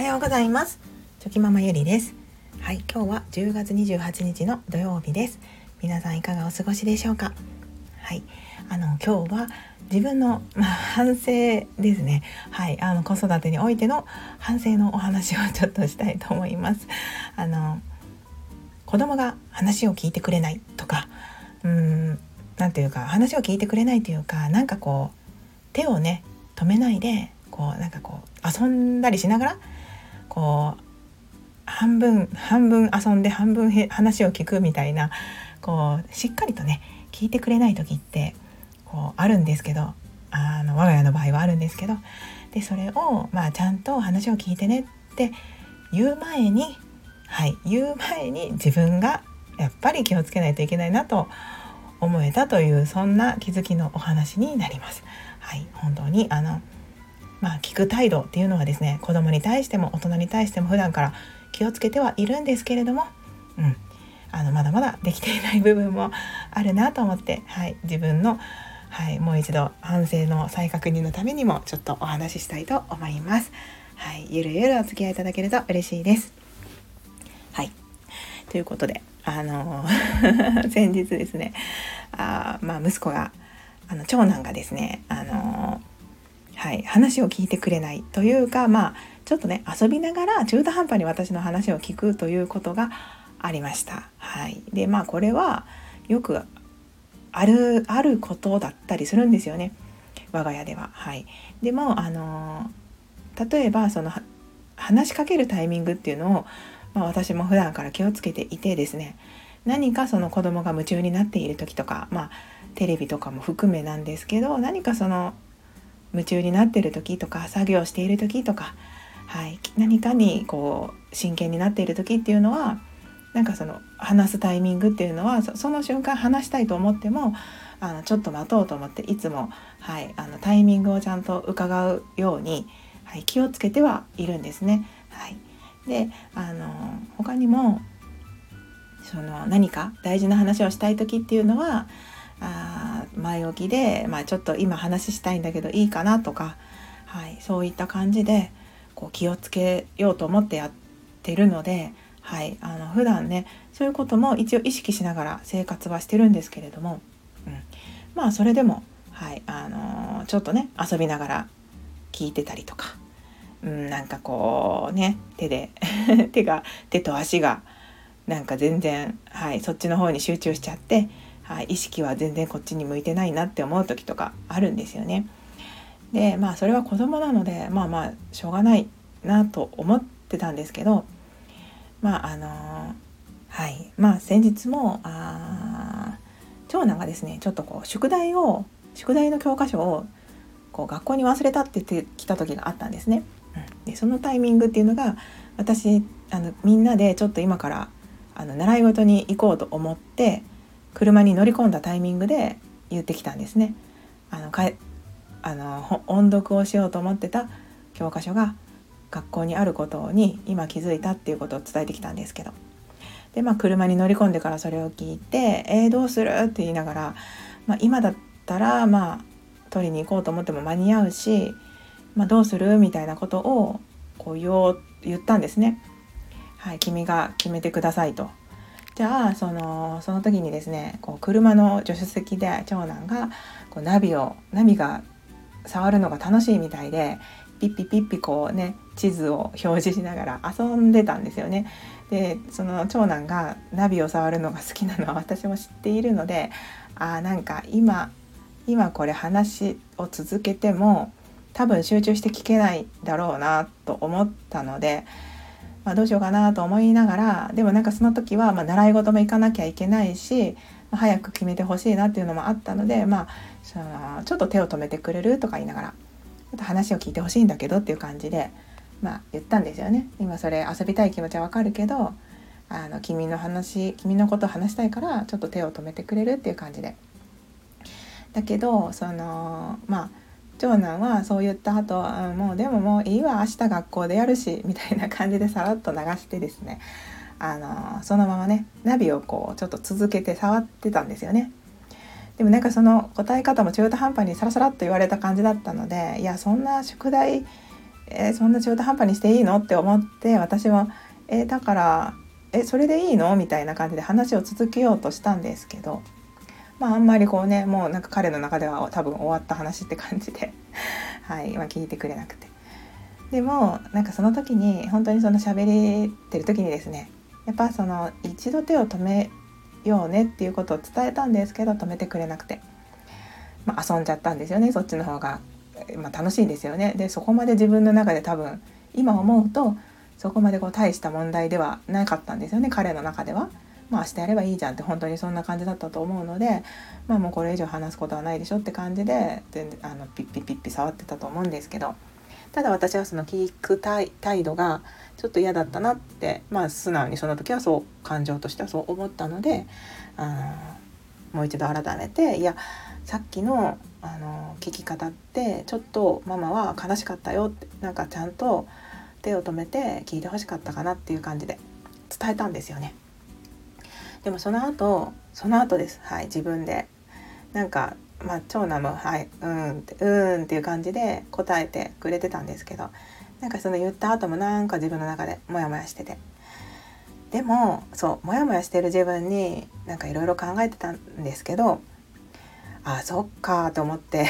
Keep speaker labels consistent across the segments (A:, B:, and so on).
A: はようございます。チョキママゆりです。はい、今日は10月28日の土曜日です。皆さんいかがお過ごしでしょうか。はい、今日は自分の、反省ですね。はい、子育てにおいての反省のお話をちょっとしたいと思います。子供が話を聞いてくれないとか、なんていうか話を聞いてくれないというか、なんかこう手をね止めないで遊んだりしながら半分遊んで半分話を聞くみたいな、しっかりとね聞いてくれない時ってあるんですけど、我が家の場合はあるんですけど、でそれをちゃんと話を聞いてねって言う前に自分がやっぱり気をつけないといけないなと思えたという、そんな気づきのお話になります。はい、本当に聞く態度っていうのはですね、子供に対しても大人に対しても普段から気をつけてはいるんですけれども、まだまだできていない部分もあるなと思って、自分の、もう一度反省の再確認のためにもちょっとお話ししたいと思います。ゆるゆるお付き合いいただけると嬉しいです。ということで、先日ですね、息子が長男がですね、話を聞いてくれないというか、ちょっとね遊びながら中途半端に私の話を聞くということがありました。でこれはよくあることだったりするんですよね、我が家では。でも例えばその話しかけるタイミングっていうのを、私も普段から気をつけていてですね、何かその子供が夢中になっている時とか、テレビとかも含めなんですけど、何かその夢中になっている時とか作業している時とか、何かに真剣になっている時っていうのは、なんかその話すタイミングっていうのは その瞬間話したいと思ってもちょっと待とうと思って、いつも、タイミングをちゃんと伺うように、気をつけてはいるんですね。で他にもその何か大事な話をしたい時っていうのは前置きで、ちょっと今話したいんだけどいいかなとか、そういった感じで気をつけようと思ってやってるので、普段ねそういうことも一応意識しながら生活はしてるんですけれども、それでも、ちょっとね遊びながら聞いてたりとか、なんか手と足がなんか全然、そっちの方に集中しちゃって、意識は全然こっちに向いてないなって思う時とかあるんですよね。でそれは子供なのでしょうがないなと思ってたんですけど、先日も長男がですねちょっと宿題の教科書を学校に忘れたって言ってきた時があったんですね。でそのタイミングっていうのが、私みんなでちょっと今から習い事に行こうと思って車に乗り込んだタイミングで言ってきたんですね。音読をしようと思ってた教科書が学校にあることに今気づいたっていうことを伝えてきたんですけど、で車に乗り込んでからそれを聞いてどうするって言いながら、今だったら取りに行こうと思っても間に合うし、どうするみたいなことを言ったんですね。君が決めてくださいと。じゃあその時にですね、車の助手席で長男がナビが触るのが楽しいみたいでピッピピッピ地図を表示しながら遊んでたんですよね。でその長男がナビを触るのが好きなのは私も知っているので、なんか今これ話を続けても多分集中して聞けないだろうなと思ったので、どうしようかなと思いながら、でもなんかその時は習い事も行かなきゃいけないし、早く決めてほしいなっていうのもあったので、ちょっと手を止めてくれるとか言いながら、ちょっと話を聞いてほしいんだけどっていう感じで、言ったんですよね。今それ遊びたい気持ちはわかるけど、君のことを話したいからちょっと手を止めてくれるっていう感じで。だけど長男はそう言った後、もういいわ、明日学校でやるしみたいな感じでさらっと流してですね、そのままねナビをちょっと続けて触ってたんですよね。でもなんかその答え方も中途半端にサラサラっと言われた感じだったので、いやそんな宿題そんな中途半端にしていいのって思って、私はだからそれでいいのみたいな感じで話を続けようとしたんですけど、あんまりこうね、もうなんか彼の中では多分終わった話って感じではい、聞いてくれなくて、でもなんかその時に本当にその喋ってる時にですね、やっぱその一度手を止めようねっていうことを伝えたんですけど、止めてくれなくて、遊んじゃったんですよね。そっちの方が、楽しいんですよね。でそこまで自分の中で多分今思うとそこまでこう大した問題ではなかったんですよね、彼の中では。明日やればいいじゃんって本当にそんな感じだったと思うので、もうこれ以上話すことはないでしょって感じで全然ピッピピッピ触ってたと思うんですけど、ただ私はその聞く態度がちょっと嫌だったなって、素直にその時はそう感情としてはそう思ったので、もう一度改めて、いやさっきの聞き方ってちょっとママは悲しかったよって、なんかちゃんと手を止めて聞いてほしかったかなっていう感じで伝えたんですよね。でもその後です。はい、自分でなんか長男もはいっていう感じで答えてくれてたんですけど、なんかその言った後もなんか自分の中でモヤモヤしてて、でもモヤモヤしてる自分になんかいろいろ考えてたんですけど、そっかと思って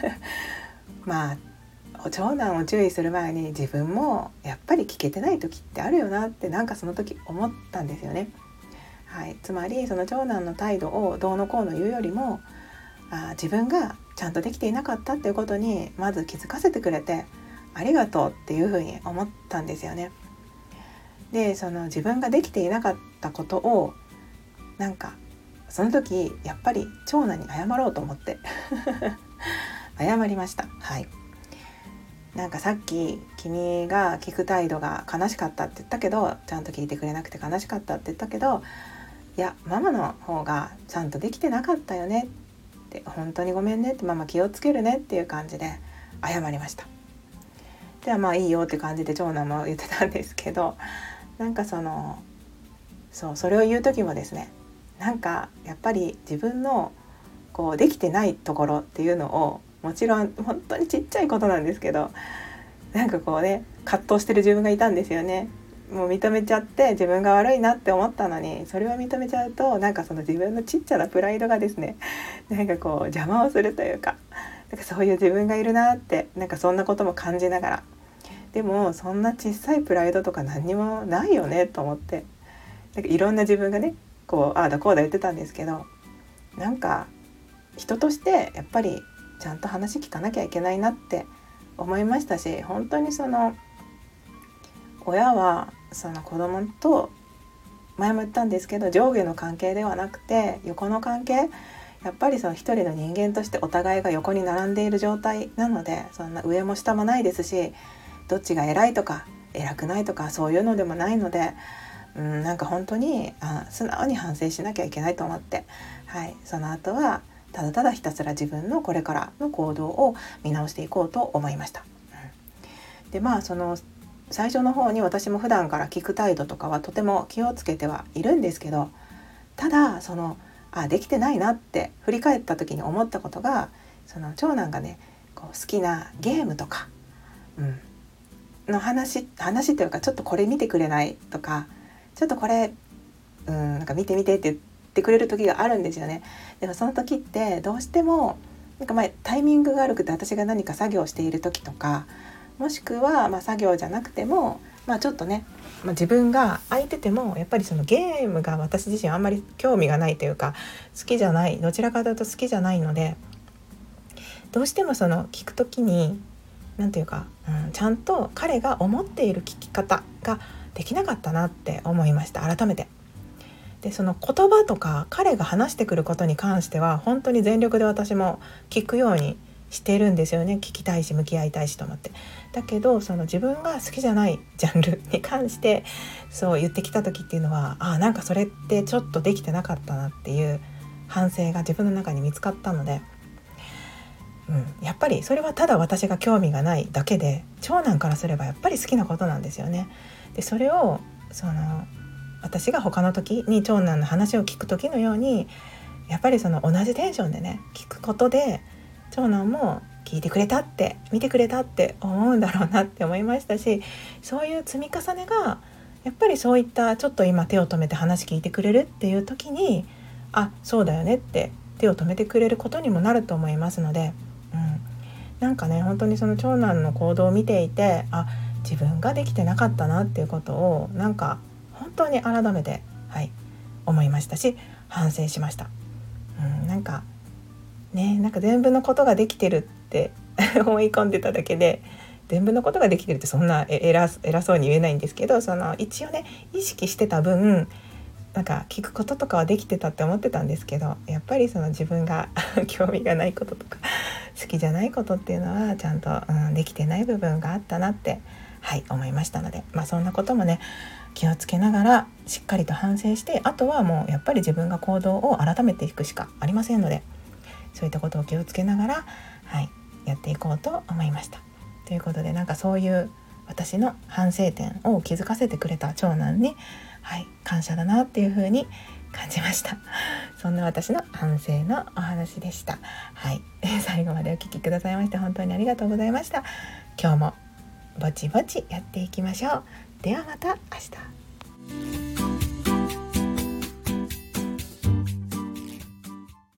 A: 長男を注意する前に自分もやっぱり聞けてない時ってあるよなって、なんかその時思ったんですよね。はい、つまりその長男の態度をどうのこうの言うよりも、自分がちゃんとできていなかったっていうことにまず気づかせてくれてありがとうっていうふうに思ったんですよね。でその自分ができていなかったことをなんかその時やっぱり長男に謝ろうと思って謝りました。はい、なんかさっき君が聞く態度が悲しかったって言ったけど、ちゃんと聞いてくれなくて悲しかったって言ったけど、いやママの方がちゃんとできてなかったよねって、本当にごめんねって、ママ気をつけるねっていう感じで謝りました。ではいいよって感じで長男も言ってたんですけど、なんかそれを言う時もですね、なんかやっぱり自分のこうできてないところっていうのを、もちろん本当にちっちゃいことなんですけど、なんかこうね葛藤してる自分がいたんですよね。もう認めちゃって自分が悪いなって思ったのに、それを認めちゃうとなんかその自分のちっちゃなプライドがですね、なんかこう邪魔をするというか、なんかそういう自分がいるなって、なんかそんなことも感じながら、でもそんな小さいプライドとか何にもないよねと思って、なんかいろんな自分がねこうああだこうだ言ってたんですけど、なんか人としてやっぱりちゃんと話聞かなきゃいけないなって思いましたし、本当にその親はその子供と前も言ったんですけど、上下の関係ではなくて横の関係、やっぱりその一人の人間としてお互いが横に並んでいる状態なので、そんな上も下もないですし、どっちが偉いとか偉くないとかそういうのでもないので、なんか本当に素直に反省しなきゃいけないと思って、はい、その後はただただひたすら自分のこれからの行動を見直していこうと思いました。でその最初の方に私も普段から聞く態度とかはとても気をつけてはいるんですけど、ただそのできてないなって振り返った時に思ったことが、その長男がねこう好きなゲームとか、の話というか、ちょっとこれ見てくれないとか、ちょっとこれなんか見て見てって言ってくれる時があるんですよね。でもその時ってどうしてもなんかタイミングが悪くて、私が何か作業している時とか、もしくは作業じゃなくてもちょっとね、自分が空いててもやっぱりそのゲームが私自身あんまり興味がないというか好きじゃない、どちらかというと好きじゃないので、どうしてもその聞く時になんていうか、ちゃんと彼が思っている聞き方ができなかったなって思いました、改めて。でその言葉とか彼が話してくることに関しては本当に全力で私も聞くようにしてるんですよね。聞きたいし向き合いたいしと思って。だけどその自分が好きじゃないジャンルに関してそう言ってきた時っていうのは、なんかそれってちょっとできてなかったなっていう反省が自分の中に見つかったので、やっぱりそれはただ私が興味がないだけで、長男からすればやっぱり好きなことなんですよね。でそれを私が他の時に長男の話を聞く時のように、やっぱりその同じテンションでね聞くことで、長男も聞いてくれたって見てくれたって思うんだろうなって思いましたし、そういう積み重ねがやっぱりそういったちょっと今手を止めて話聞いてくれるっていう時に、あ、そうだよねって手を止めてくれることにもなると思いますので、なんかね本当にその長男の行動を見ていて、あ、自分ができてなかったなっていうことをなんか本当に改めて、思いましたし反省しました。なんかね、なんか全部のことができてるって思い込んでただけで、全部のことができてるってそんな偉そうに言えないんですけど、その一応ね意識してた分なんか聞くこととかはできてたって思ってたんですけど、やっぱりその自分が興味がないこととか好きじゃないことっていうのはちゃんと、できてない部分があったなって、思いましたので、そんなこともね気をつけながらしっかりと反省して、あとはもうやっぱり自分が行動を改めていくしかありませんので、そういったことを気をつけながら、やっていこうと思いました。ということで、なんかそういう私の反省点を気づかせてくれた長男に、感謝だなっていう風に感じました。そんな私の反省のお話でした。最後までお聞きくださいまして本当にありがとうございました。今日もぼちぼちやっていきましょう。ではまた明日。